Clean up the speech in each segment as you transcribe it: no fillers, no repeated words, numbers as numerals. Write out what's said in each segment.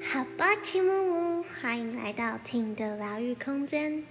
好吧，齐木木，欢迎来到听的疗愈空间。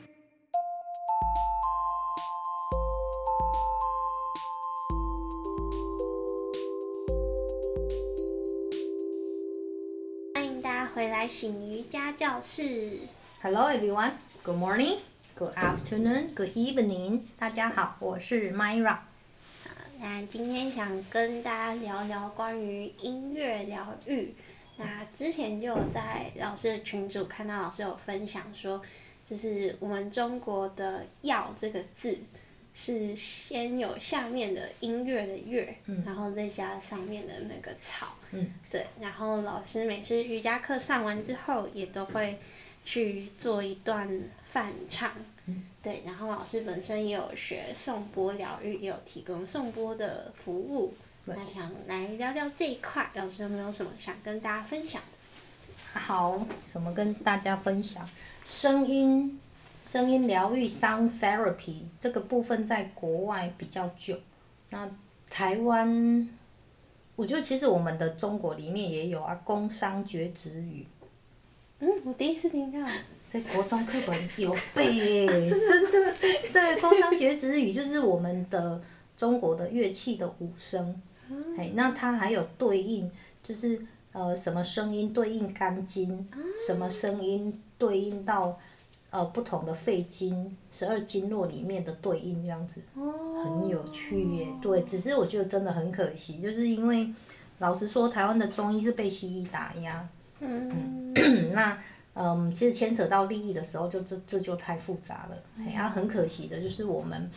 欢迎大家回来醒瑜伽教室。 Hello everyone, good morning, good afternoon, good evening. 大家好，我是 Myra。 那今天想跟大家聊聊关于音乐疗愈。那之前就有在老师的群组看到老师有分享说，就是我们中国的“药”这个字是先有下面的音乐的“乐”，然后再加上面的那个草。对。然后老师每次瑜伽课上完之后，也都会去做一段梵唱。对。然后老师本身也有学颂钵疗愈，也有提供颂钵的服务。那想来聊聊这一块，老师有没有什么想跟大家分享的？ 好，什么跟大家分享？声音疗愈 （sound therapy） 这个部分在国外比较久。那台湾，我觉得其实我们的中国里面也有啊，工商角徵羽。 我第一次听到。 在国中课本有背真的，对，工商角徵羽就是我们的中国的乐器的五声。那它还有对应，就是什么声音对应肝经，什么声音对应到不同的肺经，12经络里面的对应这样子，很有趣耶。对，只是我觉得真的很可惜，就是因为老实说，台湾的中医是被西医打压。那其实牵扯到利益的时候，这就太复杂了。很可惜的就是我们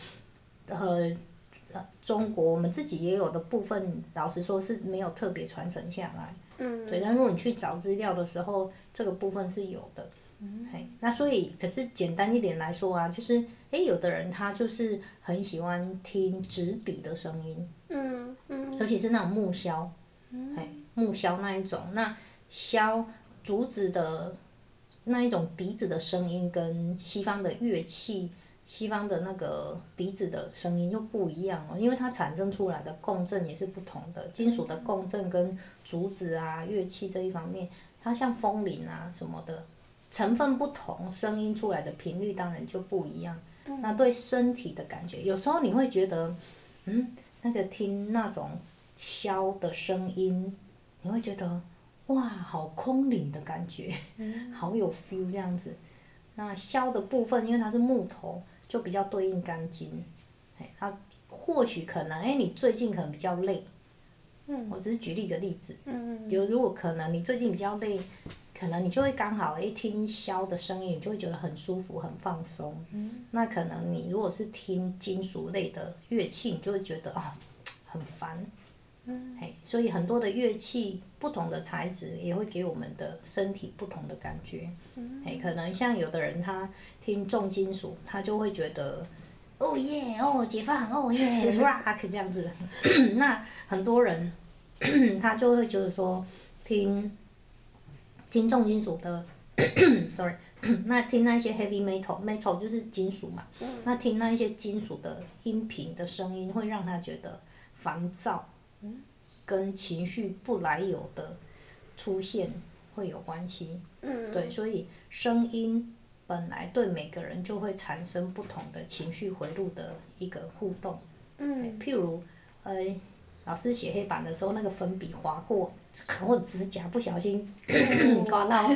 中国我们自己也有的部分，老实说是没有特别传承下来。对，但如果你去找资料的时候，这个部分是有的。那所以，可是简单一点来说啊，就是有的人他就是很喜欢听直笛的声音。尤其是那种木箫。木箫那一种，那箫竹子的那一种笛子的声音，跟西方的乐器。西方的那个笛子的声音又不一样因为它产生出来的共振也是不同的。金属的共振跟竹子啊乐器这一方面，它像风铃啊什么的，成分不同，声音出来的频率当然就不一样。那对身体的感觉，有时候你会觉得，那个听那种箫的声音，你会觉得哇，好空灵的感觉，好有 feel 这样子。那箫的部分，因为它是木头，就比较对应肝经。它或许可能，你最近可能比较累。我只是举例一个例子。如果可能你最近比较累，可能你就会刚好听箫的声音，你就会觉得很舒服、很放松。那可能你如果是听金属类的乐器，你就会觉得很烦。所以很多的乐器，不同的材质也会给我们的身体不同的感觉。可能像有的人他听重金属，他就会觉得耶解放耶 rock 这样子。那很多人他就会觉得说听重金属的sorry 那听那些 heavy metal 就是金属嘛。那听那一些金属的音频的声音，会让他觉得烦躁。跟情绪不来由的出现会有关系。对，所以声音本来对每个人就会产生不同的情绪回路的一个互动。譬如老师写黑板的时候，那个粉笔划过，或者指甲不小心刮到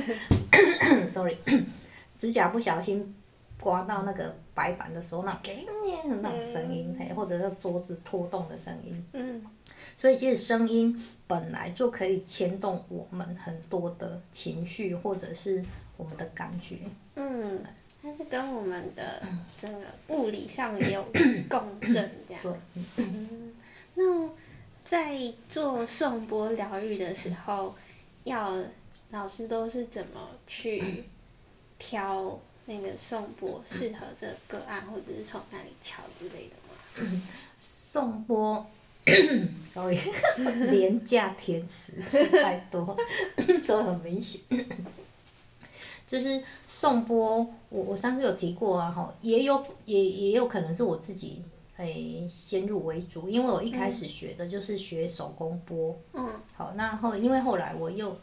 sorry 指甲不小心刮到那个白板的时候，那种声音，或者是桌子拖动的声音。所以其实声音本来就可以牵动我们很多的情绪，或者是我们的感觉。 它是跟我们的整个物理上也有共振这样。对。那在做颂钵疗愈的时候，老师都是怎么去挑那个颂钵适合这个个案，或者是从哪里敲之类的吗？ 颂钵sorry 廉价甜食太多，所以很明显。就是颂钵，我上次有提过啊，也有可能是我自己先入为主，因为我一开始学的就是学手工钵。好，那因为后来我又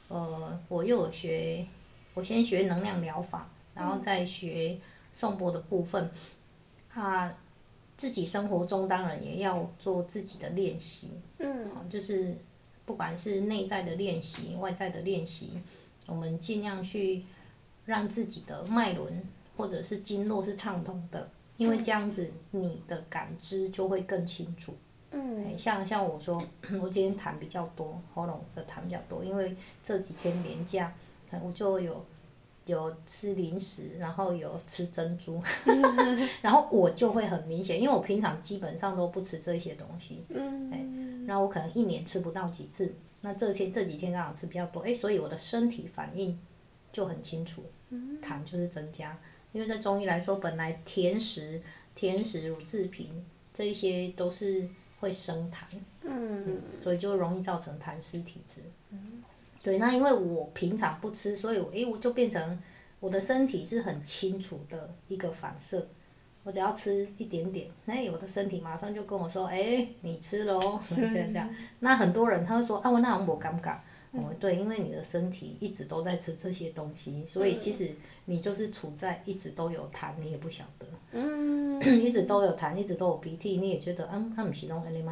我又有学，我先学能量疗法，然后再学颂钵的部分，自己生活中当然也要做自己的练习，就是不管是内在的练习、外在的练习，我们尽量去让自己的脉轮或者是经络是畅通的，因为这样子你的感知就会更清楚。像我说，我今天痰比较多，喉咙的痰比较多，因为这几天连假，我就有吃零食，然后有吃珍珠，然后我就会很明显，因为我平常基本上都不吃这些东西，然后我可能一年吃不到几次，那这几天刚好吃比较多，所以我的身体反应就很清楚，痰就是增加，因为在中医来说，本来甜食、乳制品这一些都是会生痰，所以就容易造成痰湿体质。对，那因为我平常不吃，所以我就变成我的身体是很清楚的一个反射。我只要吃一点点，我的身体马上就跟我说，你吃了哦，这样。那很多人他会说，我那我没感觉。对，因为你的身体一直都在吃这些东西，所以其实你就是处在一直都有痰，你也不晓得。一直都有痰，一直都有鼻涕，你也觉得不是拢安尼吗？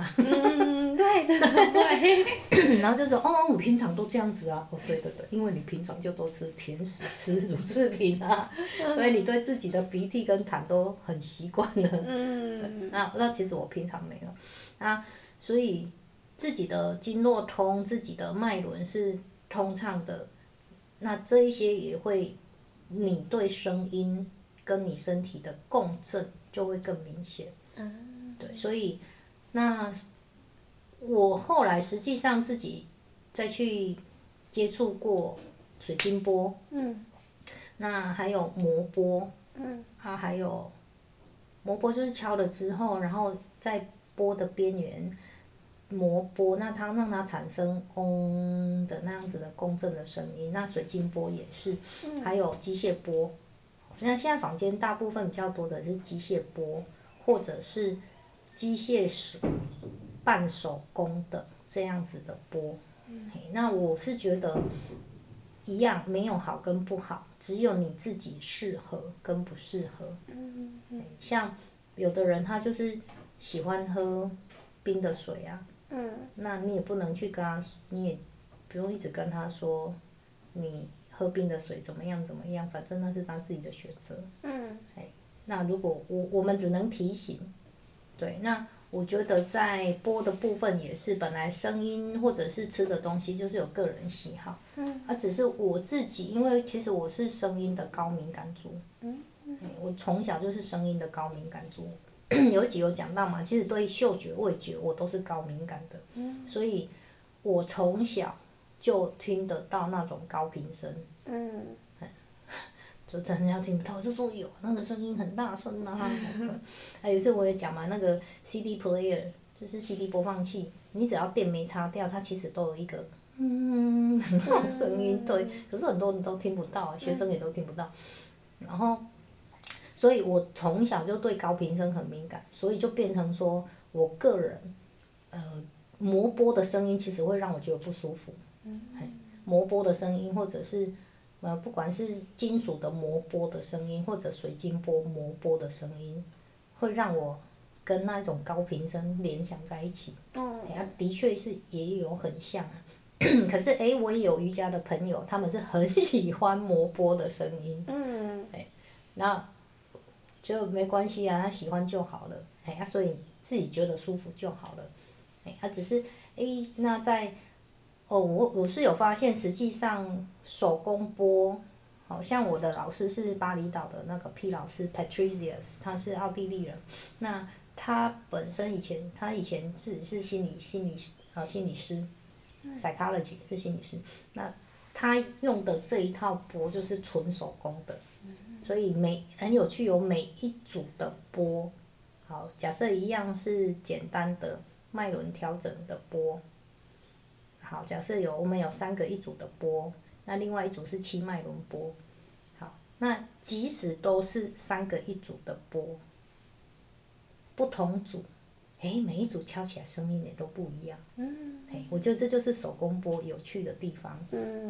对。 然后就说我平常都这样子啊。对，因为你平常就都吃甜食、吃乳制品啊，所以你对自己的鼻涕跟痰都很习惯了。那其实我平常没有，所以自己的经络通，自己的脉轮是通畅的，那这一些也会，你对声音跟你身体的共振就会更明显。对，所以那我后来实际上自己再去接触过水晶钵，那还有磨钵，还有磨钵就是敲了之后，然后在钵的边缘磨钵，那它让它产生嗡的那样子的共振的声音。那水晶钵也是，还有机械钵。那现在坊间大部分比较多的是机械钵，或者是机械半手工的这样子的钵。那我是觉得一样，没有好跟不好，只有你自己适合跟不适合。像有的人他就是喜欢喝冰的水啊，那你也不能去跟他，你也不用一直跟他说你喝冰的水怎么样怎么样，反正那是他自己的选择。那如果我们只能提醒，对，那我觉得在播的部分也是，本来声音或者是吃的东西就是有个人喜好，只是我自己，因为其实我是声音的高敏感族，我从小就是声音的高敏感族。有一集有讲到嘛，其实对嗅觉、味觉我都是高敏感的，所以我从小就听得到那种高频声，就人家听不到，我就说有那个声音很大声啊。还有一次我也讲嘛，那个 CD player 就是 CD 播放器，你只要电没插掉，它其实都有一个那种声音，对，可是很多人都听不到，学生也都听不到，然后。所以我从小就对高频声很敏感，所以就变成说我个人，磨钵的声音其实会让我觉得不舒服。磨钵的声音，或者是不管是金属的磨钵的声音，或者水晶钵磨钵的声音，会让我跟那种高频声联想在一起。的确是也有很像啊。可是我也有瑜伽的朋友，他们是很喜欢磨钵的声音。那就没关系啊，他喜欢就好了，所以自己觉得舒服就好了，只是那在我是有发现，实际上手工钵，好像我的老师是巴厘岛的那个 P 老师 Patricius， 他是奥地利人，那他本身以前自己是心理师，psychology 是心理师，那他用的这一套钵就是纯手工的。所以很有趣，有每一组的钵，好，假设一样是简单的脉轮调整的钵，好，假设我们有3个一组的钵，那另外一组是7脉轮钵，好，那即使都是3个一组的钵，不同组，每一组敲起来声音也都不一样。 我觉得这就是手工钵有趣的地方。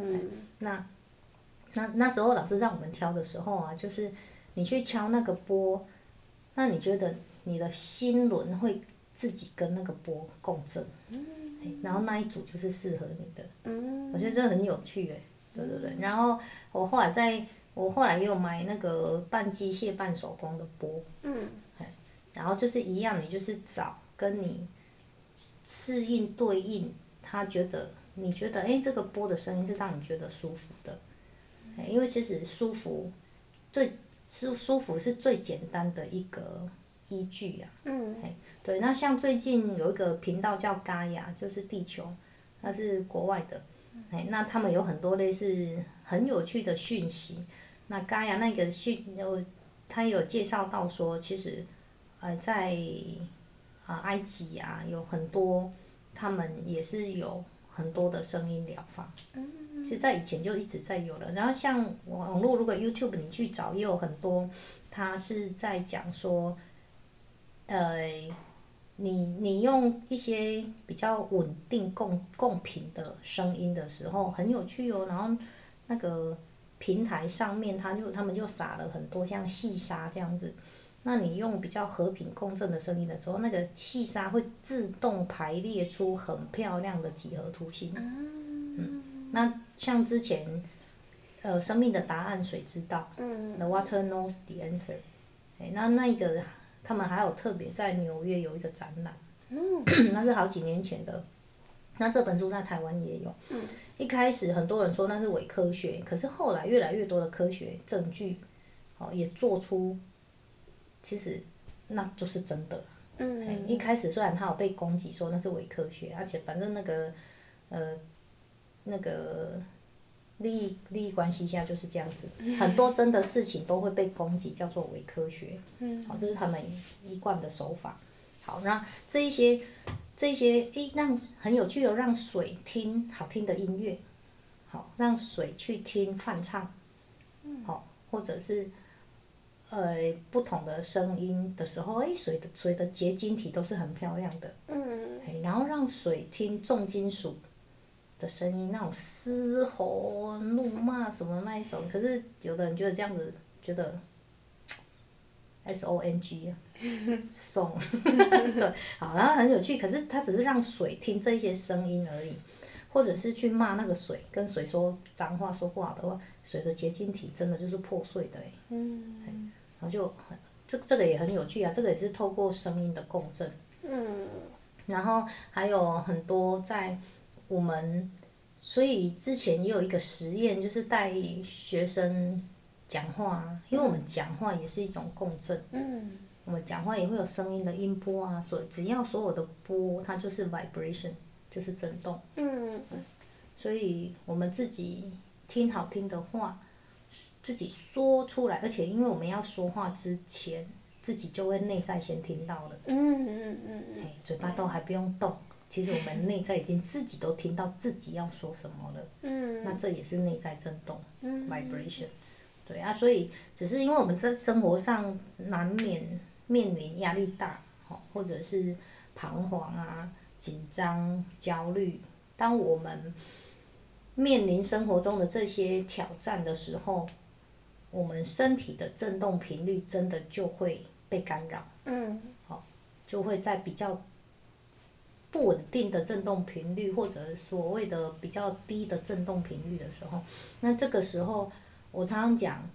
那时候老师让我们挑的时候啊，就是你去敲那个钵，那你觉得你的心轮会自己跟那个钵共振，然后那一组就是适合你的。我觉得这很有趣对。然后我后来也有买那个半机械半手工的钵，然后就是一样，你就是找跟你适应对应，你觉得这个钵的声音是让你觉得舒服的。因为其实舒服是最简单的一个依据啊。对，那像最近有一个频道叫嘎雅，就是地球，它是国外的。那他们有很多类似很有趣的讯息。那嘎雅那个他有介绍到说，其实在埃及啊有很多，他们也是有很多的声音疗法。其实在以前就一直在有了。然后像网络，如果 YouTube 你去找，也有很多，他是在讲说，你用一些比较稳定共频的声音的时候，很有趣哦。然后那个平台上面，他们就撒了很多像细沙这样子。那你用比较和平共振的声音的时候，那个细沙会自动排列出很漂亮的几何图形。那像之前，生命的答案谁知道？The water knows the answer。那一个他们还有特别在纽约有一个展览，那是好几年前的。那这本书在台湾也有。一开始很多人说那是伪科学，可是后来越来越多的科学证据，也做出，其实那就是真的。一开始虽然他有被攻击说那是伪科学，而且反正那个利益关系下就是这样子，很多真的事情都会被攻击，叫做伪科学。这是他们一贯的手法。好，那这一些让很有趣让水听好听的音乐，让水去听梵唱，或者是不同的声音的时候，水的结晶体都是很漂亮的。然后让水听重金属的声音，那种嘶吼、怒骂什么那一种，可是有的人觉得这样子，觉得 SONG 送对，好，然后很有趣，可是他只是让水听这些声音而已，或者是去骂那个水，跟水说脏话、说不好的话，水的结晶体真的就是破碎的然后就这个也很有趣啊，这个也是透过声音的共振。然后还有很多在我们，所以之前也有一个实验，就是带学生讲话，因为我们讲话也是一种共振。我们讲话也会有声音的音波啊，只要所有的波，它就是 vibration， 就是震动。所以我们自己听好听的话，自己说出来，而且因为我们要说话之前，自己就会内在先听到了。嘴巴都还不用动，其实我们内在已经自己都听到自己要说什么了。那这也是内在震动，vibration。对啊，所以只是因为我们在生活上难免面临压力大，或者是彷徨啊、紧张、焦虑。当我们面临生活中的这些挑战的时候，我们身体的振动频率真的就会被干扰。就会在比较不稳定的振动频率，或者所谓的比较低的振动频率的时候，那这个时候我常常讲，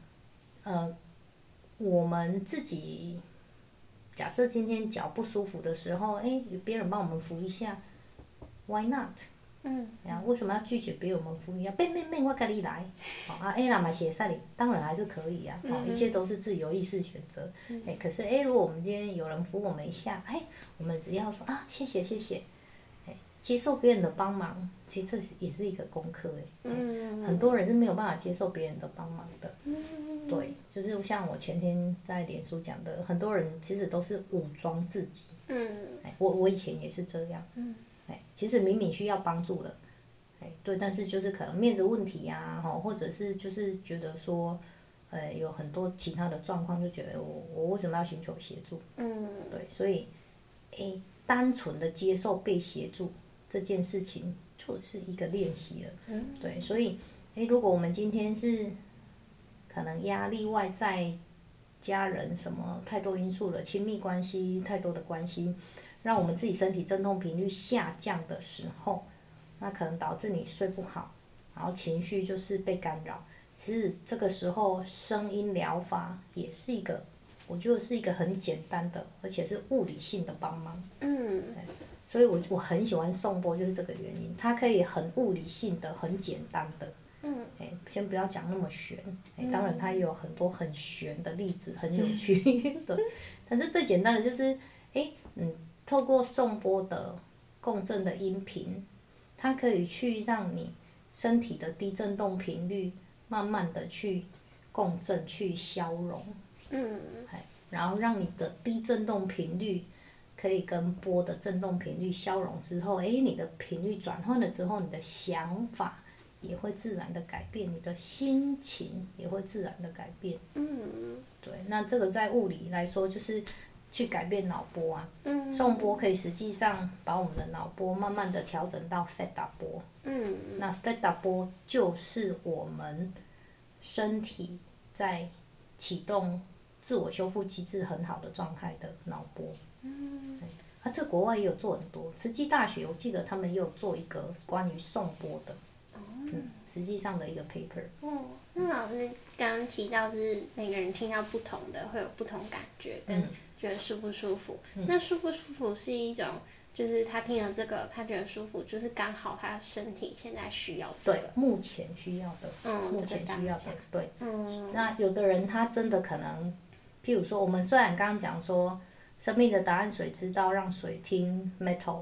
我们自己假设今天脚不舒服的时候，有别人帮我们扶一下 ，Why not？为什么要拒绝别人我们扶一下？免，我跟你来。那嘛写赛里，当然还是可以啊。一切都是自由意识选择。可是如果我们今天有人扶我们一下，我们只要说谢谢。接受别人的帮忙，其实这也是一个功课很多人是没有办法接受别人的帮忙的。对，就是像我前天在脸书讲的，很多人其实都是武装自己。我以前也是这样。其实明明需要帮助了，对，但是就是可能面子问题啊，或者是就是觉得说，有很多其他的状况，就觉得我为什么要寻求协助？对，所以，单纯的接受被协助， 这件事情就是一个练习了。对，所以如果我们今天是可能压力外在、家人什么太多因素了，亲密关系太多的关系，让我们自己身体振动频率下降的时候，那可能导致你睡不好，然后情绪就是被干扰。其实这个时候声音疗法也是一个，我觉得是一个很简单的，而且是物理性的帮忙。所以我很喜欢颂钵，就是这个原因，它可以很物理性的、很简单的。先不要讲那么玄，当然它也有很多很玄的例子，很有趣。对，但是最简单的就是，透过颂钵的共振的音频，它可以去让你身体的低振动频率慢慢的去共振、去消融。然后让你的低振动频率可以跟波的振动频率消融之后，你的频率转换了之后，你的想法也会自然的改变，你的心情也会自然的改变。对，那这个在物理来说就是去改变脑波啊。颂钵可以实际上把我们的脑波慢慢的调整到 theta 波。那 theta 波就是我们身体在启动自我修复机制很好的状态的脑波。这国外也有做很多，慈济大学我记得他们也有做一个关于颂钵的。实际上的一个 paper。 那老师刚刚提到，就是每个人听到不同的会有不同感觉，跟觉得舒不舒服。那舒不舒服是一种，就是他听了这个，他觉得舒服，就是刚好他身体现在需要这个。 对，目前需要的。目前需要的，对。那有的人他真的可能，譬如说，我们虽然刚刚讲说，生命的答案水知道，让水听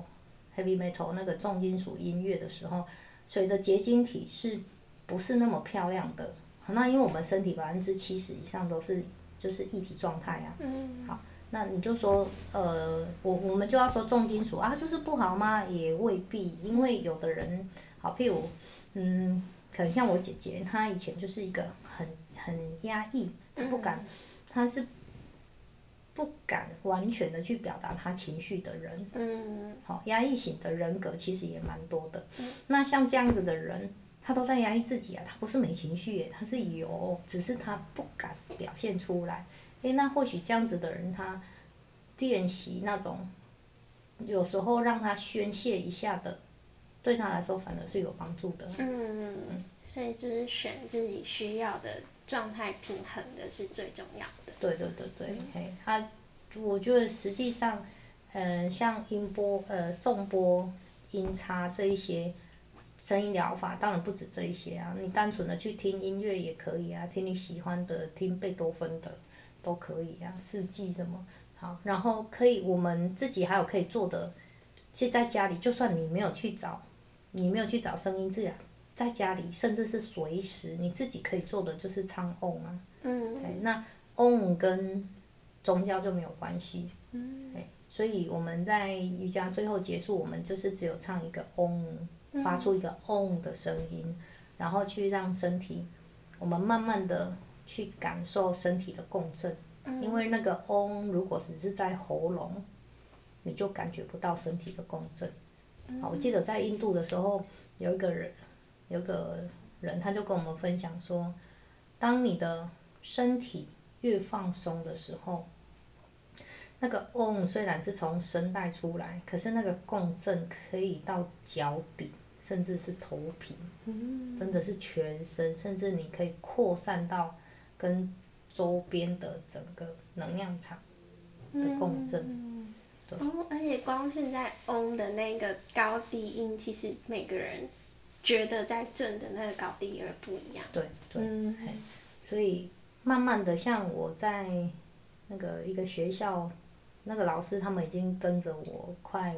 heavy metal 那个重金属音乐的时候。水的结晶体是不是那么漂亮的？那因为我们身体70%以上都是就是液体状态啊。好，那你就说我们就要说重金属啊，就是不好吗？也未必，因为有的人，好，譬如可能像我姐姐，她以前就是一个很压抑，她不敢，她是不敢完全的去表达他情绪的人。压抑型的人格其实也蛮多的。那像这样子的人，他都在压抑自己啊，他不是没情绪耶，他是有，只是他不敢表现出来。那或许这样子的人，他练习那种有时候让他宣泄一下的，对他来说反而是有帮助的。 所以就是选自己需要的状态平衡的是最重要的。 对，我觉得实际上，像音波、颂钵、音叉这一些声音疗法，当然不止这一些啊。你单纯的去听音乐也可以啊，听你喜欢的，听贝多芬的都可以啊，四季什么好。然后我们自己还有可以做的，其实在家里，就算你没有去找声音治疗，在家里甚至是随时你自己可以做的就是唱嗡啊。那嗡跟宗教就没有关系。所以我们在瑜伽最后结束，我们就是只有唱一个嗡，发出一个嗡的声音，然后去让身体，我们慢慢的去感受身体的共振。因为那个嗡如果只是在喉咙，你就感觉不到身体的共振。我记得在印度的时候，有个人他就跟我们分享说，当你的身体越放松的时候，那个嗡虽然是从声带出来，可是那个共振可以到脚底，甚至是头皮。真的是全身，甚至你可以扩散到跟周边的整个能量场的共振。 而且光现在嗡的那个高低音，其实每个人觉得在震的那个高低也会不一样。 对，所以慢慢的，像我在那个一个学校，那个老师他们已经跟着我快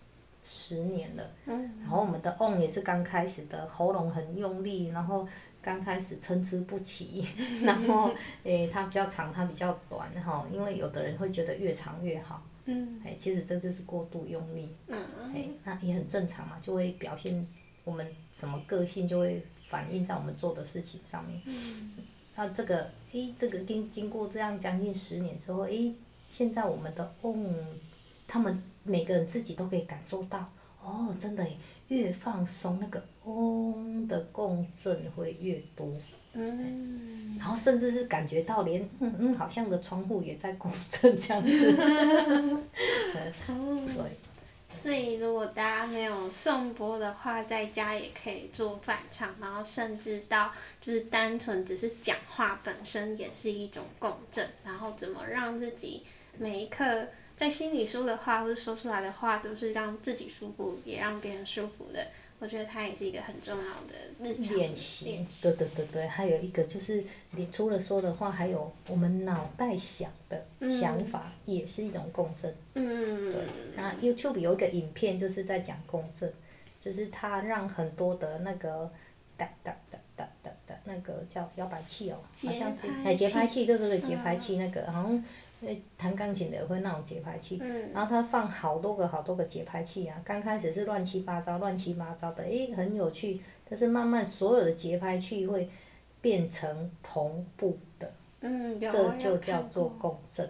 10年了。然后我们的嗡也是刚开始的，喉咙很用力，然后刚开始参差不齐，然后它比较长，它比较短哈，因为有的人会觉得越长越好。其实这就是过度用力。那也很正常嘛，就会表现我们什么个性，就会反映在我们做的事情上面。那这个经过这样将近10年之后，现在我们的嗡，他们每个人自己都可以感受到， 真的耶，越放松，那个嗡的共振会越多。然后甚至是感觉到连好像的窗户也在共振这样子。对。 所以如果大家没有颂钵的话，在家也可以做梵唱，然后甚至到就是单纯只是讲话本身也是一种共振，然后怎么让自己每一刻在心里说的话或者说出来的话都是让自己舒服，也让别人舒服的。我觉得它也是一个很重要的日常练习。对，还有一个就是你除了说的话，还有我们脑袋想的想法也是一种共振。对，那 YouTube 有一个影片就是在讲共振，就是它让很多的那个哒哒哒哒哒哒那个叫摇摆器好像是节拍器，对，节拍器那个好像。弹钢琴的也会那种节拍器，然后他放好多个节拍器啊，刚开始是乱七八糟的，很有趣，但是慢慢所有的节拍器会变成同步的，这就叫做共振。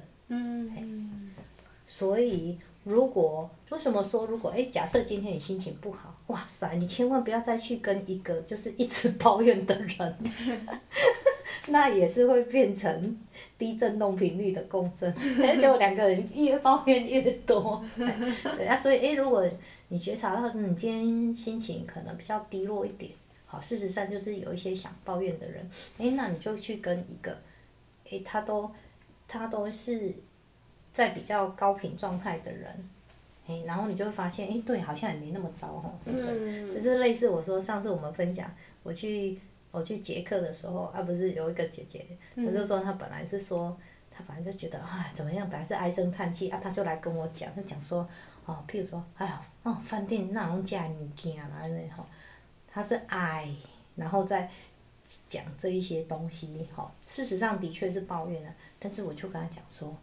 所以如果为什么说如果假设今天你心情不好，哇塞，你千万不要再去跟一个就是一直抱怨的人。那也是会变成低振动频率的共振，就两个人越抱怨越多。对啊，所以如果你觉察到你今天心情可能比较低落一点，好，事实上就是有一些想抱怨的人，那你就去跟一个，他都是在比较高频状态的人。然后你就会发现，对，好像也没那么糟吼，对，就是类似我说上次我们分享，我去捷克的时候，不是有一个姐姐，她就说她本来是说，她本来就觉得怎么样，本来是唉声叹气，她就来跟我讲，就讲说，譬如说，哎呀，饭店哪拢这物件啦，安尼吼，她是唉，然后再讲这一些东西，事实上的确是抱怨啊，但是我就跟她讲说，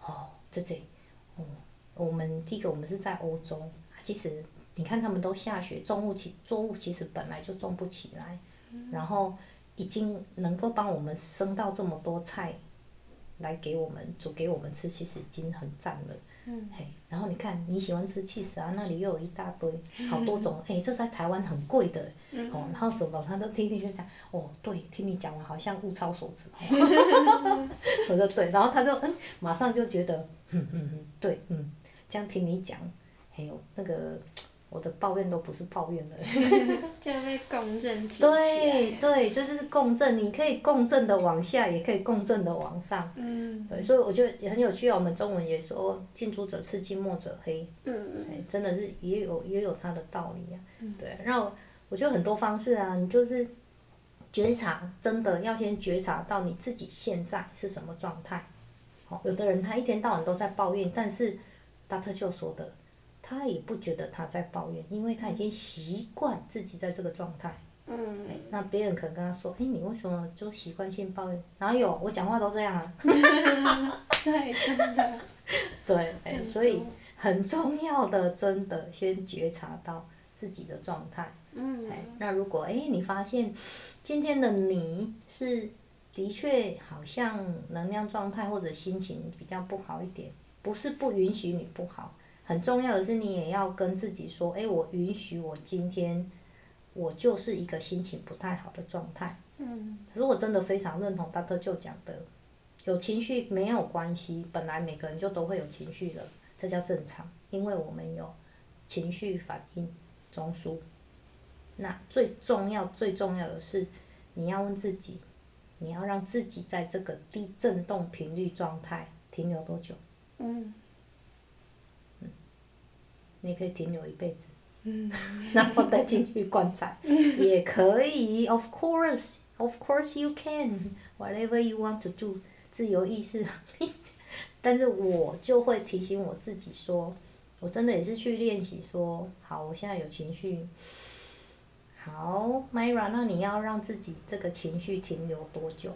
我们第一个我们是在欧洲，其实你看他们都下雪，作物其实本来就种不起来。然后已经能够帮我们生到这么多菜，来给我们煮给我们吃，其实已经很赞了。然后你看你喜欢吃cheese啊，那里又有一大堆，好多种，这在台湾很贵的。然后怎么他都听就讲，对，听你讲完好像物超所值。我说对，然后他就马上就觉得，对，这样听你讲，那个。我的抱怨都不是抱怨了。 就被共振提起来。对，就是共振，你可以共振的往下，也可以共振的往上。对，所以我觉得也很有趣啊。我们中文也说“近朱者赤，近墨者黑”。真的是也有它的道理啊。对，然后我觉得很多方式啊，你就是觉察，真的要先觉察到你自己现在是什么状态。有的人他一天到晚都在抱怨，但是达特就说的。他也不觉得他在抱怨，因为他已经习惯自己在这个状态。那别人可能跟他说：“你为什么就习惯性抱怨？”哪有，我讲话都这样啊。 对，真的。 对，所以很重要的，真的先觉察到自己的状态。那如果你发现今天的你是的确好像能量状态或者心情比较不好一点，不是不允许你不好。很重要的是，你也要跟自己说，我允许我今天，我就是一个心情不太好的状态。可是我真的非常认同Dr. Joe讲的，有情绪没有关系，本来每个人就都会有情绪的，这叫正常，因为我们有情绪反应中枢。那最重要的是，你要问自己，你要让自己在这个低振动频率状态停留多久？你可以停留一辈子，然后再进去观察，也可以。Of course you can. Whatever you want to do， 自由意识。但是我就会提醒我自己说，我真的也是去练习说，好，我现在有情绪。好 ，Myra， 那你要让自己这个情绪停留多久？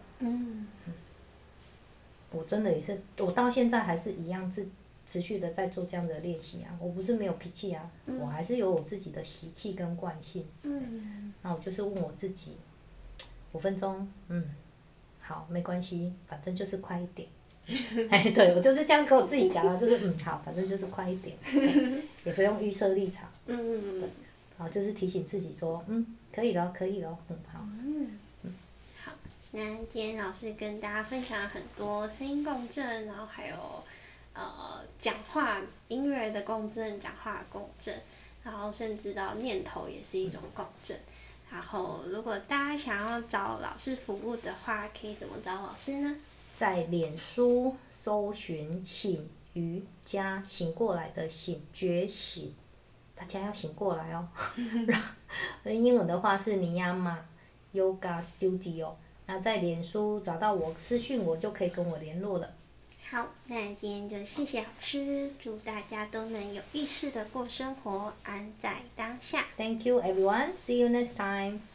我真的也是，我到现在还是一样持续的在做这样的练习啊，我不是没有脾气啊，我还是有我自己的习气跟惯性。那我就是问我自己，5分钟，好，没关系，反正就是快一点， 哎，对我就是这样跟我自己讲啊，就是好，反正就是快一点，也不用预设立场。然后就是提醒自己说，可以了，可以了，好。 好，那今天老师跟大家分享了很多声音共振，然后还有讲话音乐的共振，讲话的共振，然后甚至到念头也是一种共振。然后如果大家想要找老师服务的话，可以怎么找老师呢？ 在脸书搜寻醒瑜伽，醒过来的醒，觉醒，大家要醒过来哦。英文的话是Niyama Yoga Studio， 那在脸书找到我，私讯我就可以跟我联络了。 好，那今天就谢谢老师，祝大家都能有意识的过生活，安在当下。 Thank you everyone, see you next time.